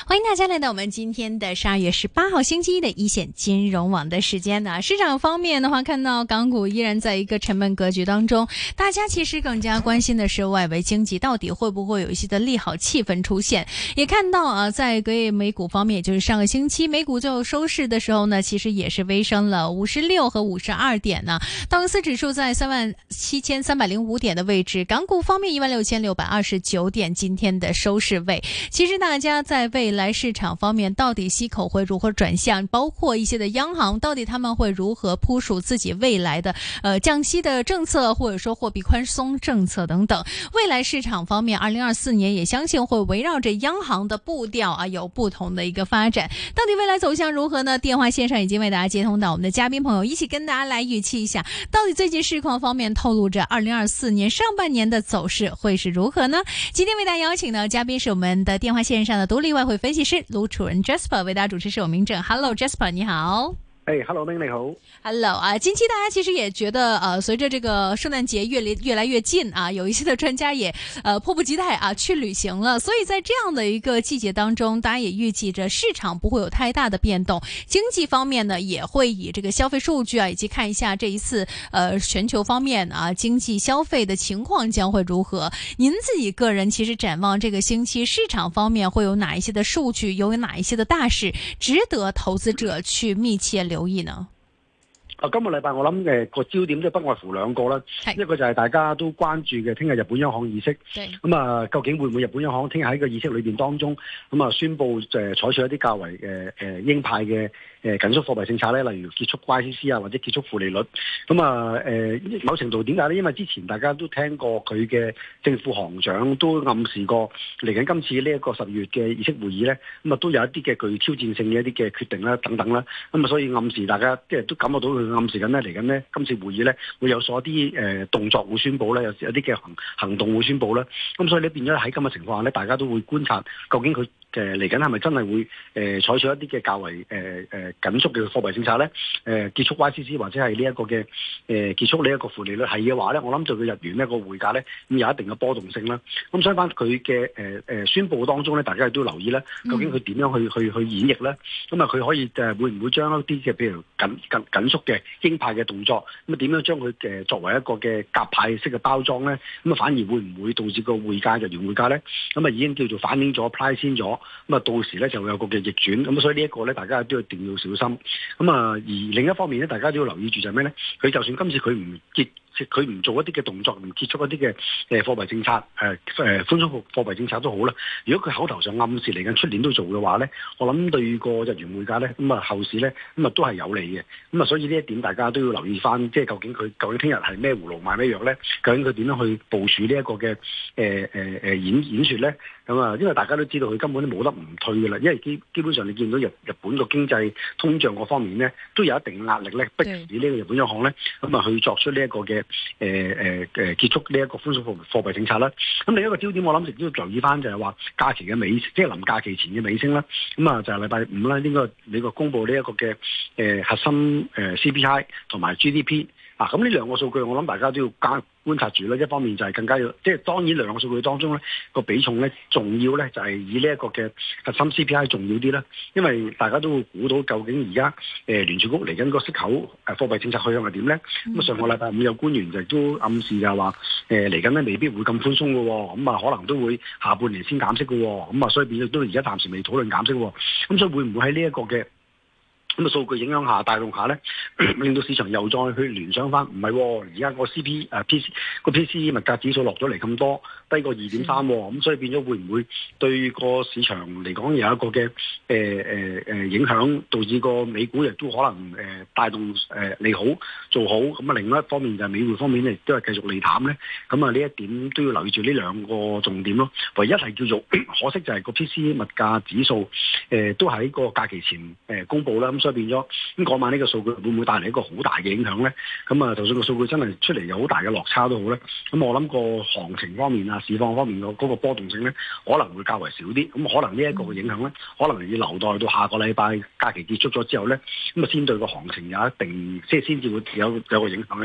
欢迎大家来到我们今天的12月18号星期一的一线金融网的时间呢。市场方面的话，看到港股依然在一个沉闷格局当中，大家其实更加关心的是外围经济到底会不会有一些的利好气氛出现。也看到在隔夜美股方面，也就是上个星期美股最后收市的时候呢，其实也是微升了56和52点呢。道琼斯指数在37305点的位置，港股方面16629点，今天的收市位。其实大家在未来市场方面到底息口会如何转向，包括一些的央行到底他们会如何部署自己未来的降息的政策，或者说货币宽松政策等等。未来市场方面2024年也相信会围绕着央行的步调有不同的一个发展。到底未来走向如何呢？电话线上已经为大家接通到我们的嘉宾朋友，一起跟大家来预期一下，到底最近市况方面透露着2024年上半年的走势会是如何呢？今天为大家邀请的嘉宾是我们的电话线上的独立外汇分析师卢楚仁 Jasper， 为大家主持是我明正。 Hello Jasper， 你好。 Hello 明你好。 Hello 近期大家其实也觉得随着这个圣诞节越来越近有一些的专家也迫不及待去旅行了，所以在这样的一个季节当中，大家也预计着市场不会有太大的变动，经济方面呢也会以这个消费数据以及看一下这一次全球方面经济消费的情况将会如何。您自己个人其实展望这个星期市场方面会有哪一些的数据，有哪一些的大事值得投資者去密切留意呢？ 今個禮拜我諗個焦點都不外乎兩個啦，一個就係大家都關注嘅聽日日本央行議息，咁究竟會唔會日本央行聽日喺個議息裏邊當中宣布採取一啲較為鷹派嘅緊縮貨幣政策咧，例如結束 YCC 或者結束負利率。某程度點解咧？因為之前大家都聽過佢嘅政府行長都暗示過嚟緊今次呢一個12月嘅議息會議咧，都有一啲嘅具挑戰性嘅一啲嘅決定啦等等啦，所以暗示大家即係都感覺到佢暗示緊咧嚟緊咧今次會議咧會有所啲動作會宣佈咧，有啲嘅行動會宣佈啦。咁所以你變咗喺咁嘅情況下咧，大家都會觀察究竟佢嚟緊係咪真係會採取一啲嘅較為緊縮嘅貨幣政策咧？結束 YCC 或者係呢一個嘅結束呢一個負利率係嘅話咧，我諗對佢日元呢個匯價咧咁有一定嘅波動性啦。咁相反佢嘅宣佈當中咧，大家亦都留意咧，究竟佢點樣去演繹咧？咁佢可以會唔會將一啲嘅譬如緊縮嘅鷹派嘅動作點樣將佢作為一個嘅鴿派式嘅包裝咧？反而會唔會導致個匯價日元匯價咧已經叫做反映咗 price 先咗？到時咧就會有個嘅逆轉，所以呢一個咧大家都一定要小心。而另一方面咧，大家都要留意住就係咩咧？佢就算今次佢唔做一啲嘅動作，唔結束一啲嘅貨幣政策，寬鬆貨幣政策都好啦。如果佢口頭上暗示嚟緊出年都做嘅話咧，我諗對個日元匯價咧，後市咧都係有利嘅。所以呢一點大家都要留意翻，即係究竟聽日係咩葫蘆賣咩藥咧？究竟佢點樣去部署呢一個嘅演說咧？因為大家都知道佢根本都冇得唔退嘅啦，因為基本上你見到日本個經濟通脹嗰方面咧，都有一定壓力咧，迫使呢個日本央行咧去作出呢一個嘅結束呢一個寬鬆貨幣政策啦。另一個焦點我諗亦都要留意翻就係話假期嘅尾，即係臨假期前嘅尾聲啦。就係禮拜五啦，應該美國公布呢一個嘅核心CPI 同埋 GDP。咁呢兩個數據我諗大家都要觀察住啦。一方面就係更加要，即係當然兩個數據當中咧個比重咧重要咧就係以呢一個嘅核心 CPI 重要啲啦。因為大家都會估到究竟而家聯儲局嚟緊個息口貨幣政策去向係點咧？上個禮拜五有官員就都暗示就係話嚟緊咧未必會咁寬鬆嘅喎，可能都會下半年先減息嘅喎，所以變咗都而家暫時未討論減息喎。咁所以會唔會喺呢一個嘅數據影響下帶動下咧，令到市場又再去聯想翻，唔係而家個 PCE 物價指數落咗嚟咁多，低過 2.3，咁所以變咗會唔會對個市場嚟講有一個嘅影響，導致個美股亦都可能帶動利好做好。咁另外一方面就係美匯方面亦都係繼續利淡咧。呢一點都要留意住呢兩個重點咯。唯一係叫做可惜就係個 PCE 物價指數都喺個假期前公佈啦。所以變咗嗰晚呢個數據會唔會帶嚟一個好大嘅影響咧？就算個數據真係出嚟有好大嘅落差都好咧，我諗個行情方面市況方面嗰個波動性咧可能會較為少啲。可能呢一個嘅影響咧，可能要留待到下個禮拜假期結束咗之後咧，先對個行情有一定即係先至會有個影響喺度咯。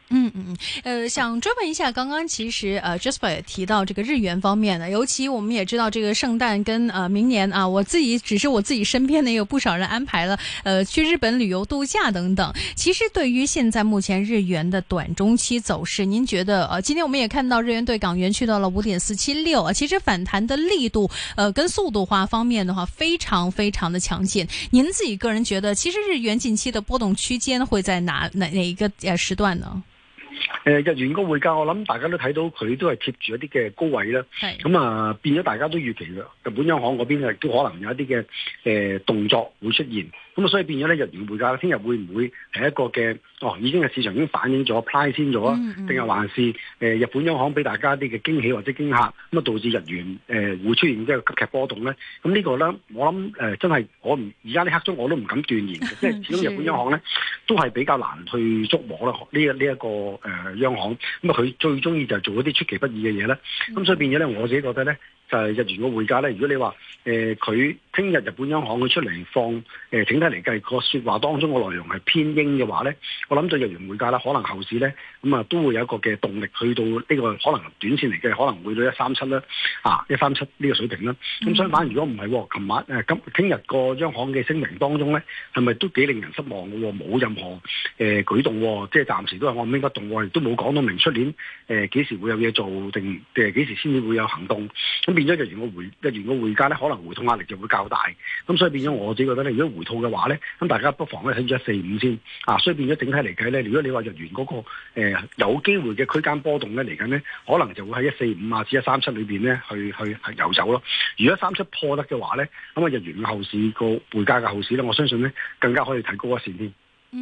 想追问一下，刚刚其实Jasper 也提到这个日元方面的，尤其我们也知道这个圣诞跟明年啊，我自己身边呢也有不少人安排了去日本旅游度假等等。其实对于现在目前日元的短中期走势，您觉得今天我们也看到日元对港元去到了5.476啊，其实反弹的力度跟速度方面的话非常非常的强劲。您自己个人觉得，其实日元近期的波动区間會在哪一個時段呢？ 日元個匯價，我諗大家都睇到佢都係貼住一啲嘅高位啦。咁啊，變咗大家都預期嘅日本央行嗰邊亦都可能有一啲嘅動作會出現。咁啊，所以變咗咧，日元匯價聽日會唔會係一個嘅已經係市場已經反映咗 price 先咗啊？定係還是日本央行俾大家一啲嘅驚喜或者驚嚇，咁啊導致日元會出現即係急劇波動咧？咁呢個咧，我諗真係而家呢刻鐘我都唔敢斷言嘅，即係始終日本央行咧都係比較難去捉摸啦。呢一個央行咁啊，佢最中意就係做一啲出其不意嘅嘢咧。咁所以變咗咧，我自己覺得咧，就係日元個匯價咧，如果你話佢聽日日本央行佢出嚟放整體嚟計個説話當中個內容係偏鷹嘅話咧，我諗對日元匯價咧，可能後市咧咁啊都會有一個嘅動力去到呢個可能短線嚟計可能會到137啦，137呢個水平啦。咁相反，如果唔係琴晚聽日個央行嘅聲明當中咧，係咪都幾令人失望嘅喎？冇任何舉動喎，即係暫時都係按兵不動喎，亦都冇講到明出年幾時會有嘢做定幾時先至會有行動。咁變咗日元個匯價咧，可能回吐壓力就會較大。咁所以變咗我自己覺得咧，如果回吐嘅話咧，咁大家不妨咧睇住145先所以變咗整體嚟計咧，如果你話日元嗰個有機會嘅區間波動咧嚟緊咧，可能就會喺145至137裏邊咧去遊走咯。如果137破得嘅話咧，咁啊日元嘅後市個匯價嘅後市咧，我相信咧更加可以提高一線添。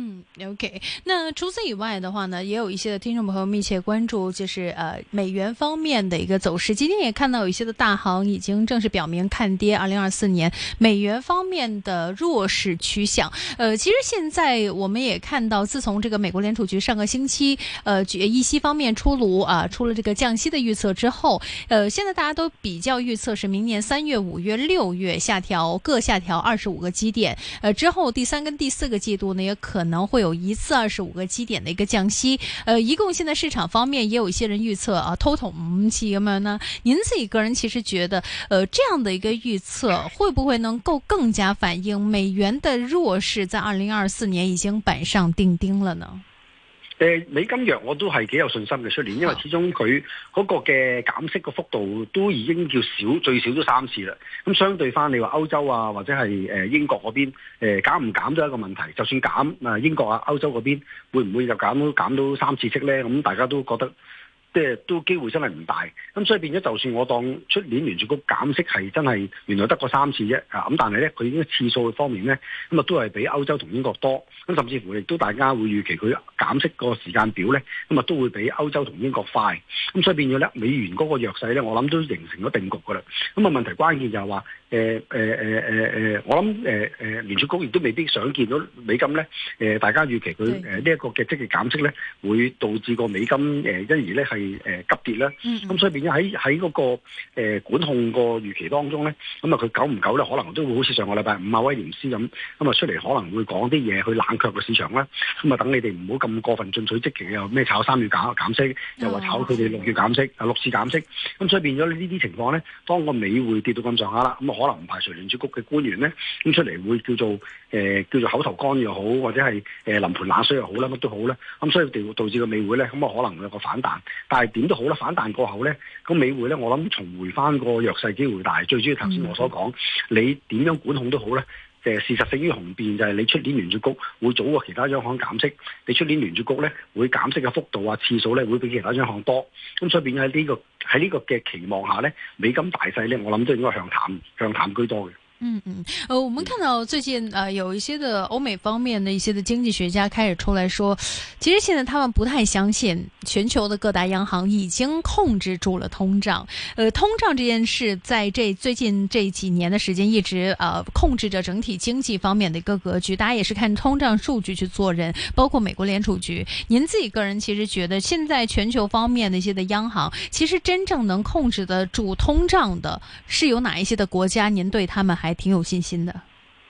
OK。那除此以外的話呢，也有一些的聽眾朋友密切關注，就是美元方面的一個走勢。今天也看到有一些的大行已經正式表明看跌2024年美元方面的弱勢趨向。其實現在我們也看到，自從這個美國聯儲局上個星期議息方面出了這個降息的預測之後，現在大家都比較預測是明年3月、5月、6月各下調25個基點。之後第3跟第4個季度呢，也可能會有一次25個基點的一個降息，一共現在市場方面也有一些人預測total 5次咁樣呢。您自己個人其實覺得，這樣的一個預測會不會能夠更加反映美元的弱勢在2024年已經板上釘釘了呢？ 美金弱我都係幾有信心嘅出年，因為始終佢嗰個嘅減息個幅度都已經叫最少都3次啦。咁相對翻你話歐洲啊或者係英國嗰邊減唔減都係一個問題。就算減英國啊歐洲嗰邊會唔會就減到3次息咧？咁大家都覺得即係都機會真係唔大。咁所以變咗，就算我當出年聯儲局減息係真係原來得個3次啫咁但係咧佢已經次數方面咧咁都係比歐洲同英國多。咁甚至乎亦都大家會預期佢減息個時間表咧咁都會比歐洲同英國快。咁所以變咗咧美元嗰個弱勢咧，我諗都形成咗定局噶啦。咁問題關鍵就係話我諗聯儲局亦都未必想見到美金咧大家預期佢呢一個嘅積極減息咧會導致個美金因而咧係急跌啦。咁所以變咗喺嗰個管控個預期當中咧，咁佢久唔久咧，可能都會好似上個禮拜5威廉斯咁出嚟可能會講啲嘢去冷卻個市場啦。咁等你哋唔好咁過分進取積極，又咩炒3月減息，又話炒佢哋6月減息6次減息。咁所以變咗呢啲情況咧，當個美匯跌到咁上下啦，咁可能唔排除聯儲局嘅官員咧咁出嚟會叫做口頭干又好，或者係淋盆冷水又好啦，乜都好啦。咁所以導致個美匯咧咁可能會有個反彈。但係點都好啦，反彈過後咧，咁美匯咧，我諗重回翻個弱勢機會大。最主要頭先我所講，你點樣管控都好咧，事實勝於雄辯，就係你出年聯儲局會早過其他央行減息，你出年聯儲局咧會減息嘅幅度次數咧會比其他央行多。咁所以變咗喺呢個嘅期望下咧，美金大勢咧，我諗都應該向淡居多嘅。 我們看到最近有一些的歐美方面的一些的經濟學家開始出來說，其實現在他們不太相信全球的各大央行已經控制住了通脹。通脹這件事在最近這幾年的時間一直控制着整體經濟方面的一個格局。大家也是看通脹數據去做人，包括美國聯儲局。您自己個人其實覺得，現在全球方面的一些的央行，其實真正能控制得住通脹的，是有哪一些的國家？您對他們還挺有信心的。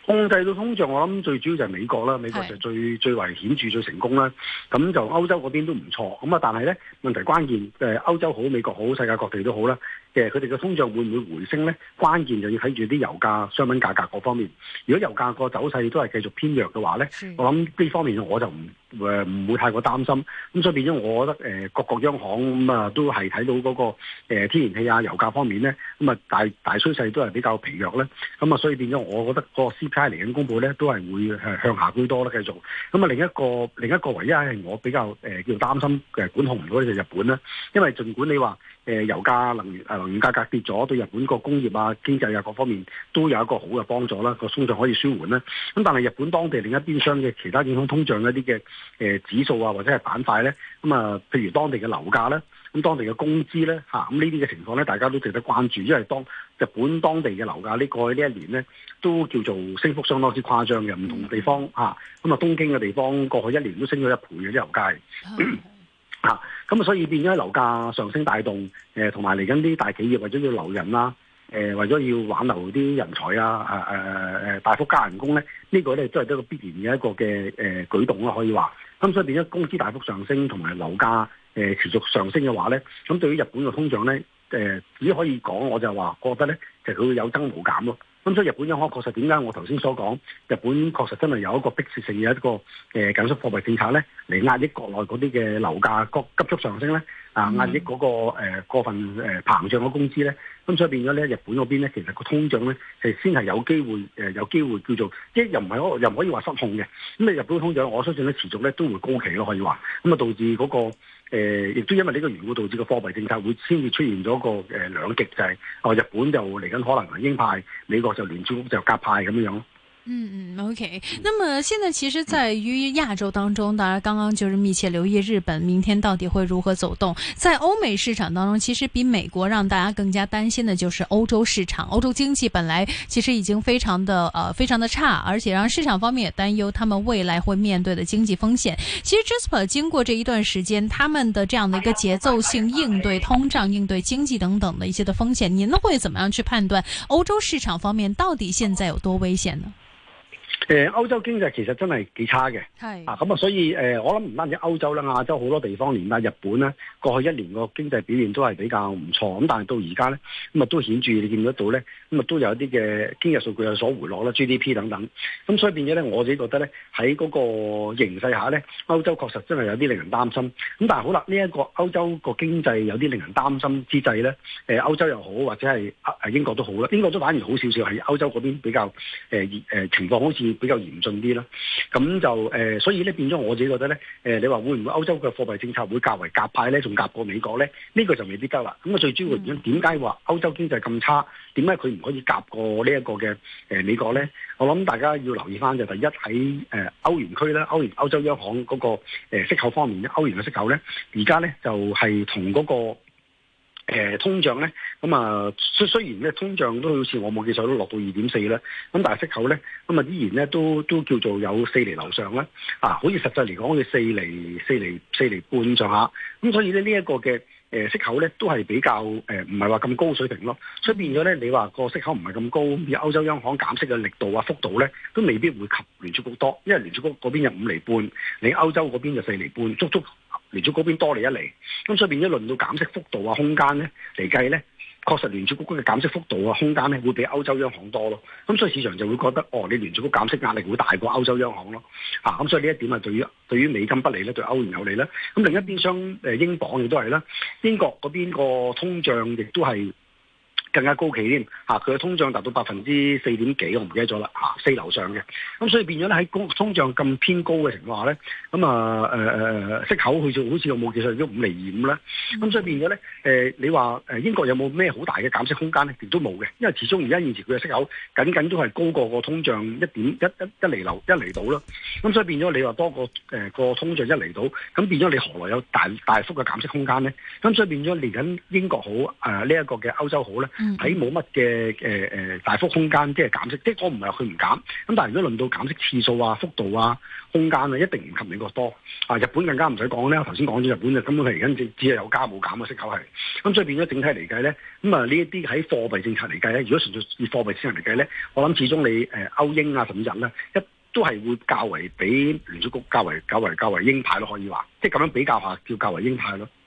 控制到通脹，我諗最主要就係美國啦，美國就最為顯著、最成功啦。咁就歐洲嗰邊都唔錯，咁啊，但係咧問題關鍵歐洲好、美國好、世界各地都好啦。佢哋嘅通脹會唔會回升咧？關鍵就要睇住啲油價、商品價格嗰方面。如果油價個走勢都係繼續偏弱嘅話咧，我諗呢方面我就唔會太過擔心。咁所以變咗，我覺得各國央行咁啊都係睇到嗰個天然氣啊、油價方面咧，咁啊大趨勢都係比較疲弱咧。咁啊，所以變咗，我覺得個 CPI 嚟緊公佈咧，都係會向下居多啦，繼續。咁啊，另一個唯一係我比較叫擔心管控唔到嘅就係日本啦。因為儘管你話油價、能源價格跌咗，對日本個工業啊、經濟啊各方面都有一個好嘅幫助啦，個通脹可以舒緩啦。咁但係日本當地另一邊廂嘅其他影響通脹一啲嘅指數啊，或者係板塊咧，咁啊，譬如當地嘅樓價咧，咁當地嘅工資咧，咁呢啲嘅情況咧，大家都值得關注，因為日本當地嘅樓價過去呢一年咧，都叫做升幅相當之誇張嘅，唔同地方咁啊，東京嘅地方過去一年都升咗1倍嘅啲樓價。咁所以變咗樓價上升帶動，同埋嚟緊啲大企業為咗要留人啦，為咗要挽留啲人才啊，大幅加人工咧，呢個咧都係一個必然嘅一個嘅舉動啦，可以話。咁所以變咗工資大幅上升，同埋樓價持續上升嘅話咧，咁對於日本嘅通脹咧，只可以講我就話覺得咧，就佢會有增無減咯。咁所以日本央行確實點解我頭先所講，日本確實真係有一個迫切性嘅一個緊縮貨幣政策咧，嚟壓抑國內嗰啲嘅樓價急速上升咧，壓抑嗰個過分膨脹嘅工資咧，咁所以變咗咧，日本嗰邊咧，其實個通脹咧係先係有機會叫做，即係又唔可以話失控嘅。咁你日本通脹，我相信咧持續咧都會高企咯，可以話。咁啊導致嗰個亦都因為呢個緣故，導致個貨幣政策會先至出現咗個兩極，就係日本就嚟緊可能係鷹派，美國就聯儲局就鴿派咁樣。 OK。那麼現在其實在於亞洲當中，大家剛剛就是密切留意日本明天到底會如何走動。在歐美市場當中，其實比美國讓大家更加擔心的就是歐洲市場。歐洲經濟本來其實已經非常的差，而且讓市場方面也擔憂他們未來會面對的經濟風險。其實 Jasper 經過這一段時間，他們的這樣的一個節奏性應對通脹、應對經濟等等的一些的風險，您會怎麼樣去判斷歐洲市場方面到底現在有多危險呢？ 歐洲經濟其實真係幾差嘅，咁所以我諗唔單止歐洲啦，亞洲好多地方連日本咧，過去一年個經濟表現都係比較唔錯，咁但係到而家咧，咁啊都顯著你見得到咧，咁啊都有一啲嘅經濟數據有所回落啦 ，GDP 等等，咁所以變咗咧，我自己覺得咧，喺嗰個形勢下咧，歐洲確實真係有啲令人擔心，咁但係好啦，呢一個歐洲個經濟有啲令人擔心之際咧，歐洲又好或者係英國都好啦，英國都反而好少少，係歐洲嗰邊比較情況好似比較嚴峻啲啦，咁就所以咧變咗我自己覺得咧，你話會唔會歐洲嘅貨幣政策會較為鴿派咧，仲鴿過美國咧？呢個就未必得啦。咁啊最主要原因點解話歐洲經濟咁差？點解佢唔可以鴿過呢一個嘅美國咧？我諗大家要留意翻就第一喺歐元區啦，歐洲央行嗰個息口方面咧，歐元嘅息口咧，而家咧就係同嗰個通脹咧，咁啊雖然咧通脹都好似我冇記錯都落到2.4啦，咁但係息口咧，咁啊依然咧都叫做有4厘樓上啦，好似實際嚟講好似4厘半上下，咁所以咧呢一個嘅息口咧都係比較唔係話咁高水平咯，所以變咗咧你話個息口唔係咁高，而歐洲央行減息嘅力度啊幅度咧都未必會及聯儲局多，因為聯儲局嗰邊有5厘半，你歐洲嗰邊就4厘半，足聯儲嗰邊多你1厘，咁所以變咗論到減息幅度啊空間咧嚟計咧，確實聯儲局嘅減息幅度啊空間咧會比歐洲央行多咯，咁所以市場就會覺得你聯儲局減息壓力會大過歐洲央行咯，咁所以呢一點係對於美金不利咧，對歐元有利啦。咁另一邊廂英鎊亦都係啦，英國嗰邊個通脹亦都係更加高企添，佢嘅通脹達到4.幾，我唔記得咗啦，4樓上嘅，咁所以變咗咧喺通脹咁偏高嘅情況下咧，咁息口好似我冇記錯都5厘25啦，咁所以變咗咧你話英國有冇咩好大嘅減息空間咧？亦都冇嘅，因為始終而家現時佢嘅息口僅都係高過個通脹1厘到啦，咁所以變咗你話多個通脹1厘到，咁變咗你何來有大幅嘅減息空間咧？咁所以變咗嚟緊英國好呢一個嘅歐洲好咧？ 喺冇乜嘅大幅空間即係減息，即係我唔係話佢唔減，咁但係如果論到減息次數啊、幅度啊、空間啊，一定唔及美國多。日本更加唔使講咧，我頭先講咗日本就根本係而家只係有加冇減嘅息口係，咁所以變咗整體嚟計咧，咁呢一啲喺貨幣政策嚟計咧，如果純粹以貨幣政策嚟計咧，我諗始終你歐英啊甚至日咧都係會較為比聯儲局較為鷹派咯，可以話，即係咁樣比較下叫較為鷹派咯。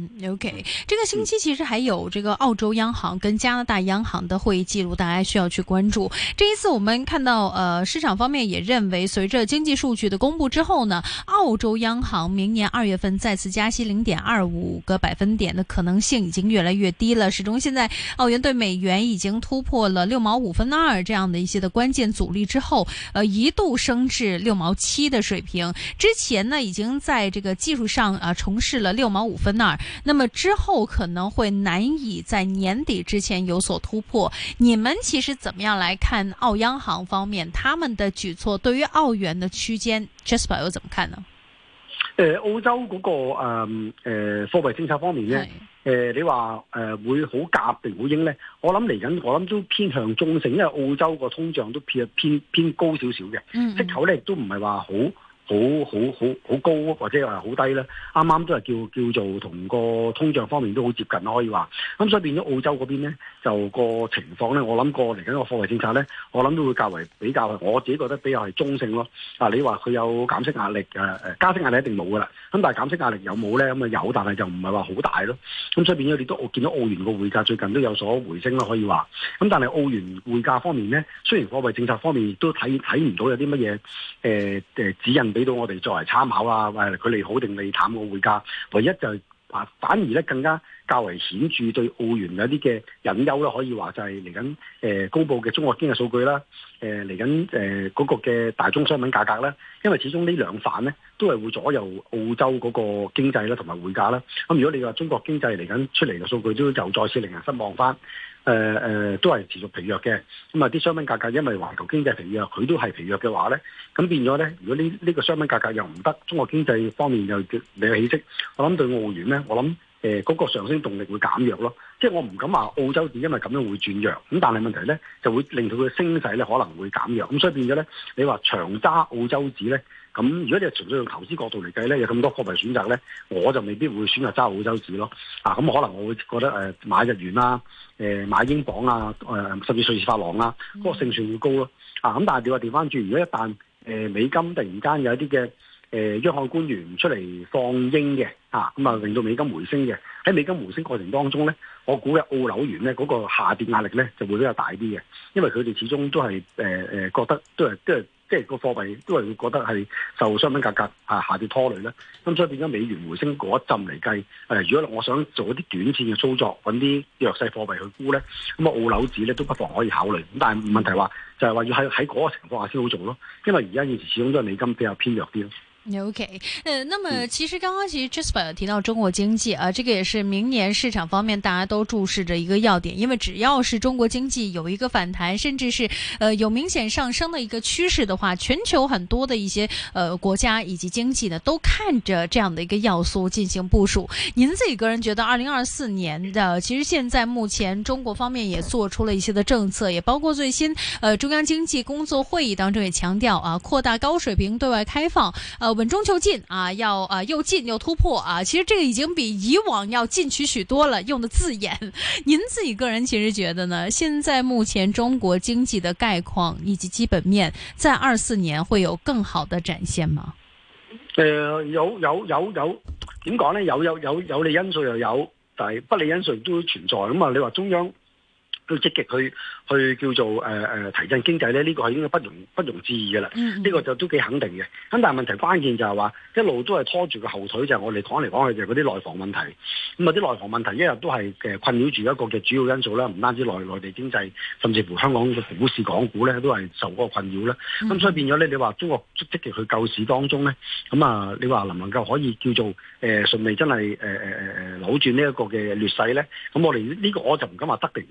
OK， 這個星期其實還有這個澳洲央行跟加拿大央行的會議記錄，大家需要去關注。這一次我們看到，市場方面也認為，隨着經濟數據的公布之後呢，澳洲央行明年2月份再次加息0.25個百分點的可能性已經越來越低了。始終現在澳元對美元已經突破了6毛5分2這樣的一些的關鍵阻力之後，一度升至6毛7的水平。之前呢，已經在這個技術上重試了6毛5分。那麼之後可能會難以在年底之前有所突破。你們其實怎麼樣來看澳央行方面他們的舉措對於澳元的區間 Jasper 又怎麼看呢？ 澳洲嗰個貨幣政策方面呢，你話會好鴿定好鷹呢？我諗都偏向中性，因為澳洲個通脹都偏高少少嘅，息口呢亦都唔係話好高或者係好低啦，啱啱都係叫做同個通脹方面都好接近咯，可以話。咁所以變咗澳洲嗰邊咧，就個情況咧，我諗過嚟緊個貨幣政策咧，我諗都會較為比較，我自己覺得比較係中性咯。你話佢有減息壓力加息壓力一定冇噶啦。咁但係減息壓力有冇咧？咁啊有，但係就唔係話好大咯。咁所以變咗你都見到澳元個匯價最近都有所回升咯，可以話。咁但係澳元匯價方面咧，雖然貨幣政策方面亦都睇唔到有啲乜嘢指引俾到我哋作為參考啊，或者佢利好定利淡個匯價，唯一就係反而咧更加較為顯著對澳元有啲嘅隱憂啦，可以話就係嚟緊公佈嘅中國經濟數據啦，嚟緊嗰個嘅大宗商品價格啦，因為始終呢兩範咧都係會左右澳洲嗰個經濟啦同埋匯價啦。咁如果你話中國經濟嚟緊出嚟嘅數據都又再次令人失望翻。都係持續疲弱嘅，咁啲商品價格因為環球經濟疲弱，佢都係疲弱嘅話咧，咁變咗咧，如果呢個商品價格又唔得，中國經濟方面又未起色，我諗對澳元咧，我諗嗰個上升動力會減弱咯。即係我唔敢話澳洲紙因為咁樣會轉弱，咁但係問題咧就會令到佢升勢咧可能會減弱，咁所以變咗咧，你話長揸澳洲紙咧。咁如果你係純粹用投資角度嚟計咧，有咁多貨幣選擇咧，我就未必會選擇揸澳洲紙咯。咁可能我會覺得買日元啦，買英鎊啊，甚至瑞士法郎啦，嗰個勝算會高咯。咁但係你話調翻轉，如果一旦美金突然間有一啲嘅央行官員出嚟放鷹嘅，咁令到美金回升嘅，喺美金回升過程當中咧，我估嘅澳紐元咧嗰個下跌壓力咧就會比較大啲嘅，因為佢哋始終都係覺得都係即係個貨幣都係會覺得係受商品價格下跌拖累啦。咁所以變咗美元回升嗰一陣嚟計，如果我想做一啲短線嘅操作，揾啲弱勢貨幣去沽咧，咁澳紐紙咧都不妨可以考慮。咁但係問題話就係話要喺嗰個情況下先好做咯，因為而家現時始終都係美金比較偏弱啲咯。 OK，那麼其實剛剛Jasper 提到中國經濟啊，這個也是明年市場方面大家都注視着一個要點，因為只要是中國經濟有一個反彈，甚至是有明顯上升的一個趨勢的話，全球很多的一些國家以及經濟呢都看着這樣的一個要素進行部署。您自己個人覺得2024年的，其實現在目前中國方面也做出了一些的政策，也包括最新中央經濟工作會議當中也強調啊，擴大高水平對外開放，穩中求進啊，要又進又突破啊！其實這個已經比以往要進取許多了，用的字眼。您自己個人其實覺得呢？現在目前中國經濟的概況以及基本面，在24年會有更好的展現嗎？ 有點講呢？有利因素又有，但係不利因素都存在。咁啊，你話中央都積極去叫做提振經濟咧，呢個係應該不容置疑嘅啦。呢個就都幾肯定嘅。咁但係問題關鍵就係話一路都係拖住個後腿，就係我哋講嚟講去就係嗰啲內房問題。咁啲內房問題一日都係困擾住一個嘅主要因素啦。唔單止內地經濟，甚至乎香港嘅股市、港股咧都係受嗰個困擾啦。咁所以變咗咧，你話中國積極去救市當中咧，咁啊，你話能唔能夠可以叫做順利真係扭轉呢一個嘅劣勢咧？咁我哋呢個我就唔敢話得定唔得。我諗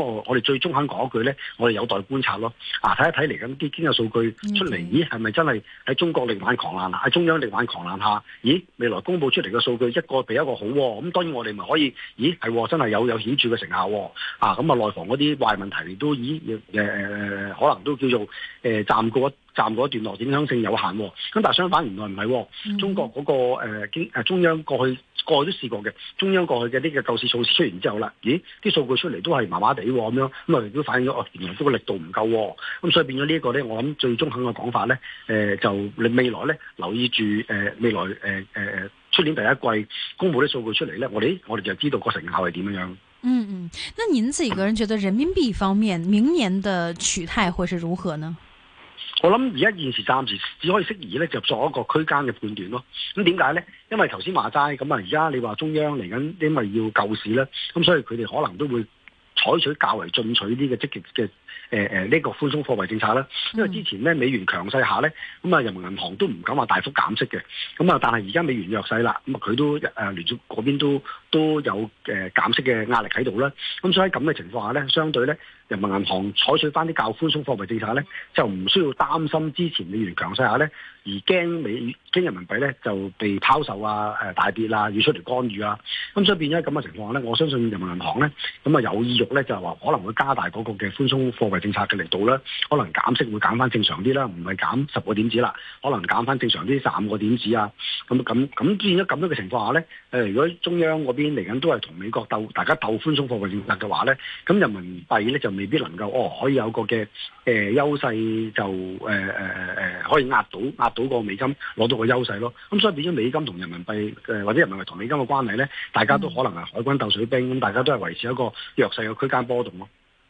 我哋最終肯講一句咧，我哋有待觀察咯。睇一睇嚟緊啲經濟數據出嚟，咦係咪真係喺中國力挽狂瀾喺中央力挽狂瀾下，咦未來公佈出嚟嘅數據一個比一個好喎。咁當然我哋咪可以，咦係真係有顯著嘅成效喎。咁內房嗰啲壞問題都可能都叫做暫過一段落，影響性有限喎。咁但係相反，原來唔係喎。中國嗰個中央過去都試過嘅，中央過去嘅呢個救市措施出現之後啦，咦啲數據出嚟都係麻麻地喎，咁樣咁亦都反映咗原來嗰個力度唔夠喎。咁所以變咗呢一個咧，我諗最中肯嘅講法咧，就你未來咧留意住未來出年第一季公佈啲數據出嚟咧，我哋就知道個成效係點樣。 那您自己個人覺得人民幣方面明年的取態會是如何呢？ 我諗而家現時暫時只可以適宜咧，就作一個區間嘅判斷咯。咁點解咧？因為頭先話齋咁而家你話中央嚟緊，因為要救市咧，咁所以佢哋可能都會採取較為進取啲嘅積極嘅呢個寬鬆貨幣政策啦。因為之前咧美元強勢下咧，人民銀行都唔敢話大幅減息嘅。但係而家美元弱勢啦，佢都聯儲嗰邊都有減息嘅壓力喺度啦。咁所以喺咁嘅情況下咧，相對咧人民銀行採取翻啲較寬鬆貨幣政策咧，就唔需要擔心之前美元強勢下咧，而驚人民幣咧就被拋售大跌要出嚟干預啊。咁所以變咗咁嘅情況下咧，我相信人民銀行咧有意欲咧就係話可能會加大嗰個嘅寬鬆貨幣政策嘅力度啦，可能減息會減翻正常啲啦，唔係減10個點子啦，可能減翻正常啲3個點子啊。咁變咗咁樣嘅情況下咧，如果中央嗰邊嚟緊都係同美國大家鬥寬鬆貨幣政策嘅話咧，咁人民幣咧就未必能夠可以有個嘅優勢就可以壓到個美金攞到個優勢咯。咁所以變咗美金同人民幣或者人民幣同美金嘅關係咧，大家都可能係海軍鬥水兵，咁大家都係維持一個弱勢嘅區間波動咯。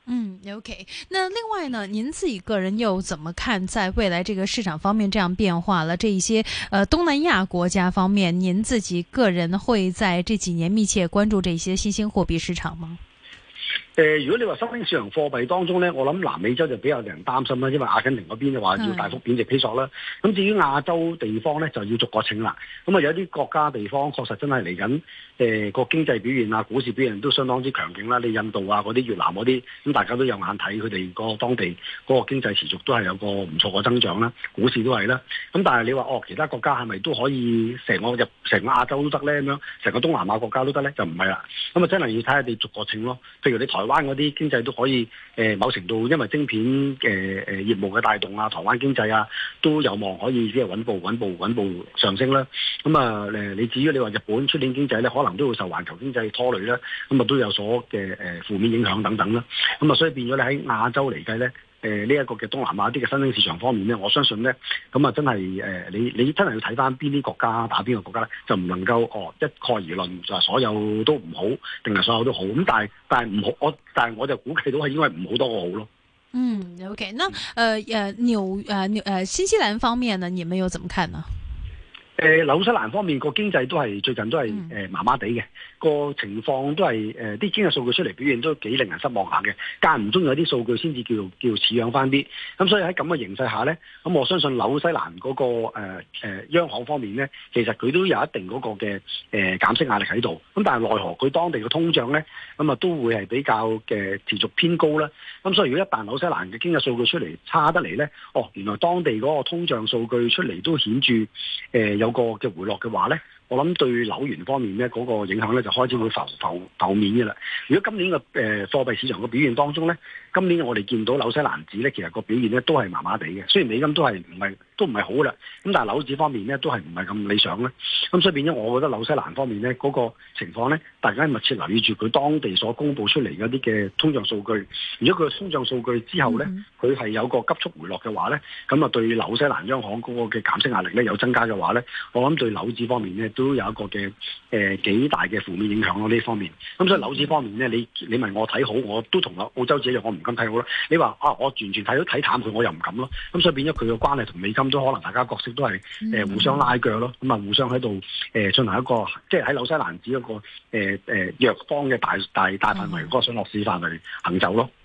OK。那另外呢，您自己個人又怎麼看在未來這個市場方面這樣變化了？這一些東南亞國家方面，您自己個人會在這幾年密切關注這些新興貨幣市場嗎？ 如果你話新興市場貨幣當中咧，我諗南美洲就比較令人擔心啦，因為阿根廷嗰邊就話要大幅貶值披索啦。咁至於亞洲地方咧，就要逐個稱啦。有啲國家地方確實真係嚟緊個經濟表現啊、股市表現都相當之強勁啦。你印度啊嗰啲、越南嗰啲，咁大家都有眼睇，佢哋個當地嗰個經濟持續都係有個唔錯嘅增長啦，股市都係啦。咁但係你話其他國家係咪都可以成個亞洲都得咧？咁樣成個東南亞國家都得咧？就唔係啦。咁真係要睇下你逐個稱咯。譬如你台灣嗰啲經濟都可以某程度因為晶片業務嘅帶動啊，台灣經濟都有望可以即係穩步上升啦。你至於你話日本出年經濟咧，可能都會受環球經濟拖累啦，都有所嘅負面影響等等啦。所以變咗你喺亞洲嚟計咧，呢一個嘅東南亞啲嘅新興市場方面咧，我相信咧，真係你真係要睇翻邊啲國家打邊個國家咧，就唔能夠一概而論就係所有都唔好，定係所有都好。咁但係唔好，但係我就估計到係應該唔好多過好咯。 OK。那新西蘭方面呢，你們又怎麼看呢？ 紐西蘭方面個經濟最近都係麻麻地嘅，個情況都係啲經濟數據出嚟表現都幾令人失望下嘅，間唔中有啲數據先至叫似樣翻啲。咁所以喺咁嘅形勢下咧，咁我相信紐西蘭嗰個央行方面咧，其實佢都有一定嗰個嘅減息壓力喺度。咁但係奈何佢當地嘅通脹咧，都會係比較嘅持續偏高啦。咁所以如果一旦紐西蘭嘅經濟數據出嚟差得嚟咧，原來當地嗰個通脹數據出嚟都顯著有個嘅回落嘅話咧，我諗對紐元方面咧嗰個影響咧就開始會浮面嘅啦。如果今年嘅貨幣市場嘅表現當中咧，今年我哋見到紐西蘭紙咧，其實個表現咧都係麻麻地嘅。雖然美金都唔係好啦，咁但係紐紙方面咧都係唔係咁理想啦。咁所以變咗，我覺得紐西蘭方面咧嗰個情況咧，大家密切留意住佢當地所公佈出嚟嗰啲嘅通脹數據。如果佢嘅通脹數據之後咧，佢係有個急速回落嘅話咧，咁對紐西蘭央行嗰個嘅減息壓力咧有增加嘅話咧，我諗對紐紙方面咧都有一個嘅幾大嘅負面影響咯呢方面。咁所以紐紙方面咧，你問我睇好，我都同澳洲紙一樣，我唔敢睇好啦。你話我完全睇淡佢，我又唔敢咯。咁所以變咗佢嘅關係同美金都可能大家角色都係互相拉鋸咯。咁互相喺度進行一個即係喺紐西蘭紙一個弱方嘅大範圍嗰個上落市範圍行走咯。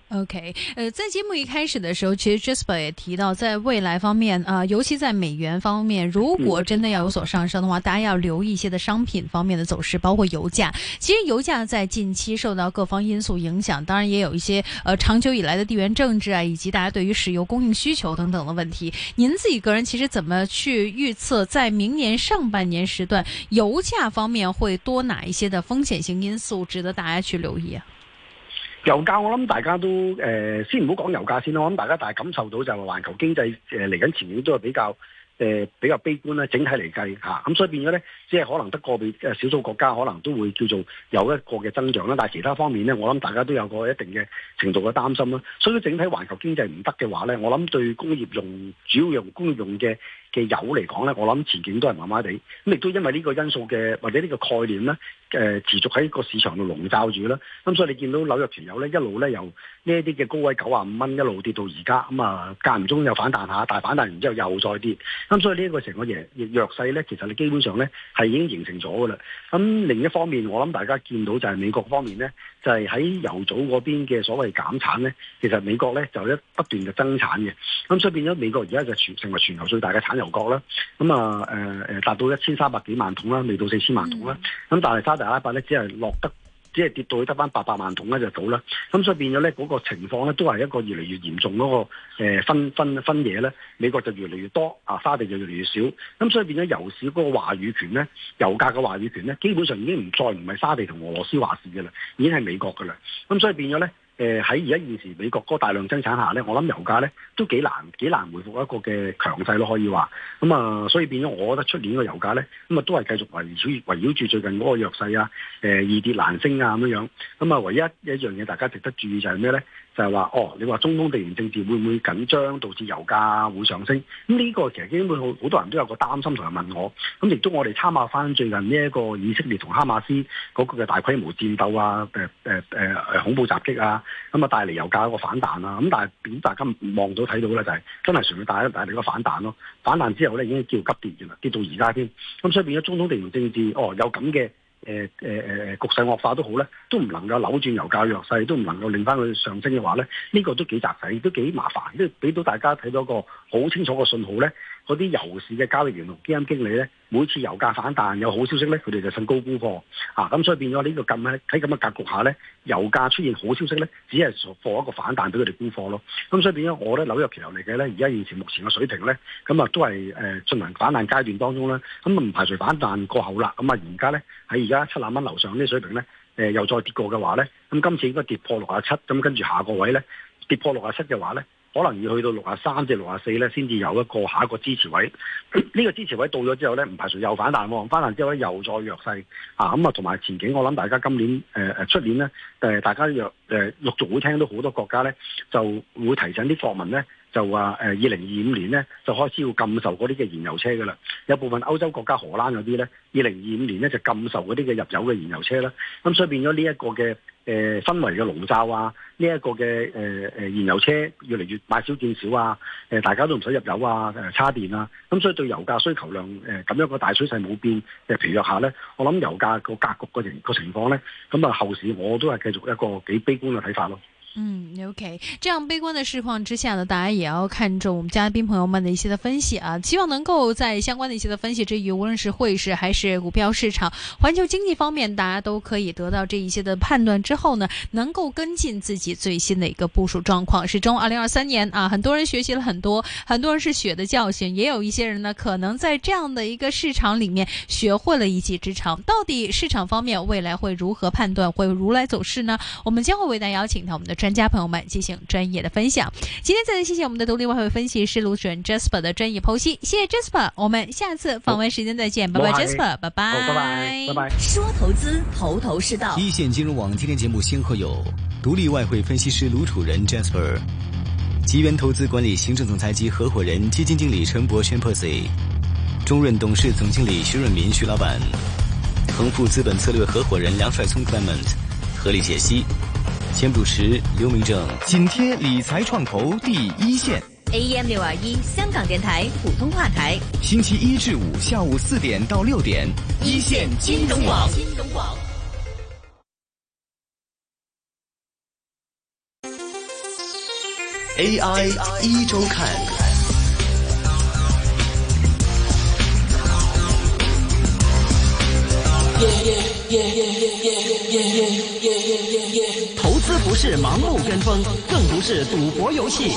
OK， 在节目一开始的时候，其實 Jasper 也提到，在未來方面，尤其在美元方面，如果真的要有所上升的話，大家要留意一些的商品方面的走勢，包括油價。其實油價在近期受到各方因素影響，當然也有一些長久以來的地緣政治啊，以及大家對於石油供應需求等等的問題。您自己個人其實怎麼去預測，在明年上半年時段，油價方面會多哪一些的風險性因素值得大家去留意啊？ 油價我諗大家都先唔好講油價先啦，我諗大家感受到就係環球經濟嚟緊前面都係比較悲觀啦，整體嚟計嚇，咁所以變咗咧，即係可能得個別少數國家可能都會叫做有一個嘅增長啦，但係其他方面咧，我諗大家都有個一定嘅程度嘅擔心啦。所以整體環球經濟唔得嘅話咧，我諗對工業用主要用工業用嘅油嚟講咧，我諗前景都係麻麻地。咁亦都因為呢個因素嘅或者呢個概念咧，持續喺個市場度籠罩住啦。咁所以你見到紐約期油咧一路咧由呢一啲嘅高位95蚊一路跌到而家，咁啊間唔中又反彈下，但係反彈完之後又再跌。咁所以呢一個成個弱勢咧，其實你基本上咧係已經形成咗噶啦。咁另一方面，我諗大家見到就係美國方面咧，就係喺油組嗰邊嘅所謂減產咧，其實美國咧就不斷嘅增產嘅。咁所以變咗美國而家就成為全球最大嘅產油國啦。咁達到1300幾萬桶啦，未到4000萬桶啦。咁但係沙特阿拉伯咧只係跌到去得翻800萬桶咧就到啦。咁所以變咗咧嗰個情況咧都係一個越嚟越嚴重嗰個分野咧，美國就越嚟越多，沙地就越嚟越少。咁所以變咗油市嗰個話語權咧，油價嘅話語權咧，基本上已經唔係沙地同俄羅斯話事嘅啦，已經係美國嘅啦。咁所以變咗咧。喺而家現時美國嗰個大量增產下咧，我諗油價咧都幾難回復一個嘅強勢咯，可以話。所以變咗，我覺得出年個油價咧，都係繼續圍繞住最近嗰個弱勢啊，易跌難升啊咁樣。唯一一樣嘢大家值得注意就係咩咧？就係話你話中東地緣政治會唔會緊張，導致油價會上升？咁呢個其實基本好多人都有個擔心同埋問我。咁亦都我哋參考翻最近呢一個以色列同哈馬斯嗰個嘅大規模戰鬥啊，恐怖襲擊啊。帶嚟油價一個反彈啦，咁但係點大家望到睇到咧，就係真係純粹帶嚟個反彈咯。反彈之後咧，已經叫急跌嘅啦，跌到而家添。咁所以變咗中東地緣政治，有咁嘅局勢惡化都好咧，都唔能夠扭轉油價弱勢，都唔能夠令翻佢上升嘅話咧，呢個都幾雜細，都幾麻煩，都俾到大家睇到一個好清楚嘅信號咧。嗰啲油市嘅交易員同基金經理咧，每次油價反彈有好消息咧，佢哋就趁高沽貨咁所以變咗呢個喺咁嘅格局下咧，油價出現好消息咧，只係放一個反彈俾佢哋沽貨咯。咁所以變咗我咧紐約期油嚟嘅咧，而家現時目前嘅水平咧，都係進行反彈階段當中啦。唔排除反彈過後啦。而家咧喺而家70蚊樓上呢啲水平咧，又再跌過嘅話咧，咁今次應該跌破67，咁跟住下個位咧跌破67嘅話咧，可能要去到63至64咧，先至有下一個支持位。呢個支持位到咗之後咧，唔排除又反彈喎。反彈之後咧，又再弱勢同埋前景，我諗大家今年出年咧，大家陸續會聽到好多國家咧，就會提醒啲國民咧，就話2025年咧就開始要禁售嗰啲嘅燃油車㗎啦。有部分歐洲國家荷蘭嗰啲咧，2025年咧就禁售嗰啲嘅入油嘅燃油車啦。咁所以變咗呢一個嘅氛圍嘅籠罩啊，呢一個嘅燃油車越嚟越買少見少啊，大家都唔使入油啊，叉電啊，咁所以對油價需求量咁樣個大趨勢冇變疲弱下咧，我諗油價個格局個情況咧，後市我都係繼續一個幾悲觀嘅睇法咯。 OK， 這樣悲觀的市況之下呢，大家也要看重我們嘉賓朋友們的一些的分析啊，希望能夠在相關的一些的分析之餘，無論是匯市還是股票市場、環球經濟方面，大家都可以得到這一些的判斷之後呢，能夠跟進自己最新的一個部署狀況。始終2023年啊，很多人學習了很多，很多人是血的教訓，也有一些人呢，可能在這樣的一個市場裡面學會了一技之長。到底市場方面未來會如何判斷，會如來走勢呢？我們將會為大家邀請到我們的專家朋友們進行專業的分享。今天再次謝謝我們的獨立外匯分析師盧主任 Jasper 的專業剖析，謝謝 Jasper， 我們下次訪問時間再見，拜拜 Jasper， 拜拜， 拜拜。 說投資，頭頭是道。一線金融網今天節目先後有獨立外匯分析師盧楚仁 Jasper， 吉源投資管理行政總裁及合夥人基金經理陳柏軒 Percy， 中潤董事總經理徐潤民徐老闆，恒富資本策略合夥人梁帥聰 Clement， 合理解析。兼主持劉明正，緊貼理財創投第一線 AM 621香港電台普通話台，星期一至五下午4點到6點，一線金融網。 AI 一周看。 投资不是盲目跟风，更不是赌博游戏。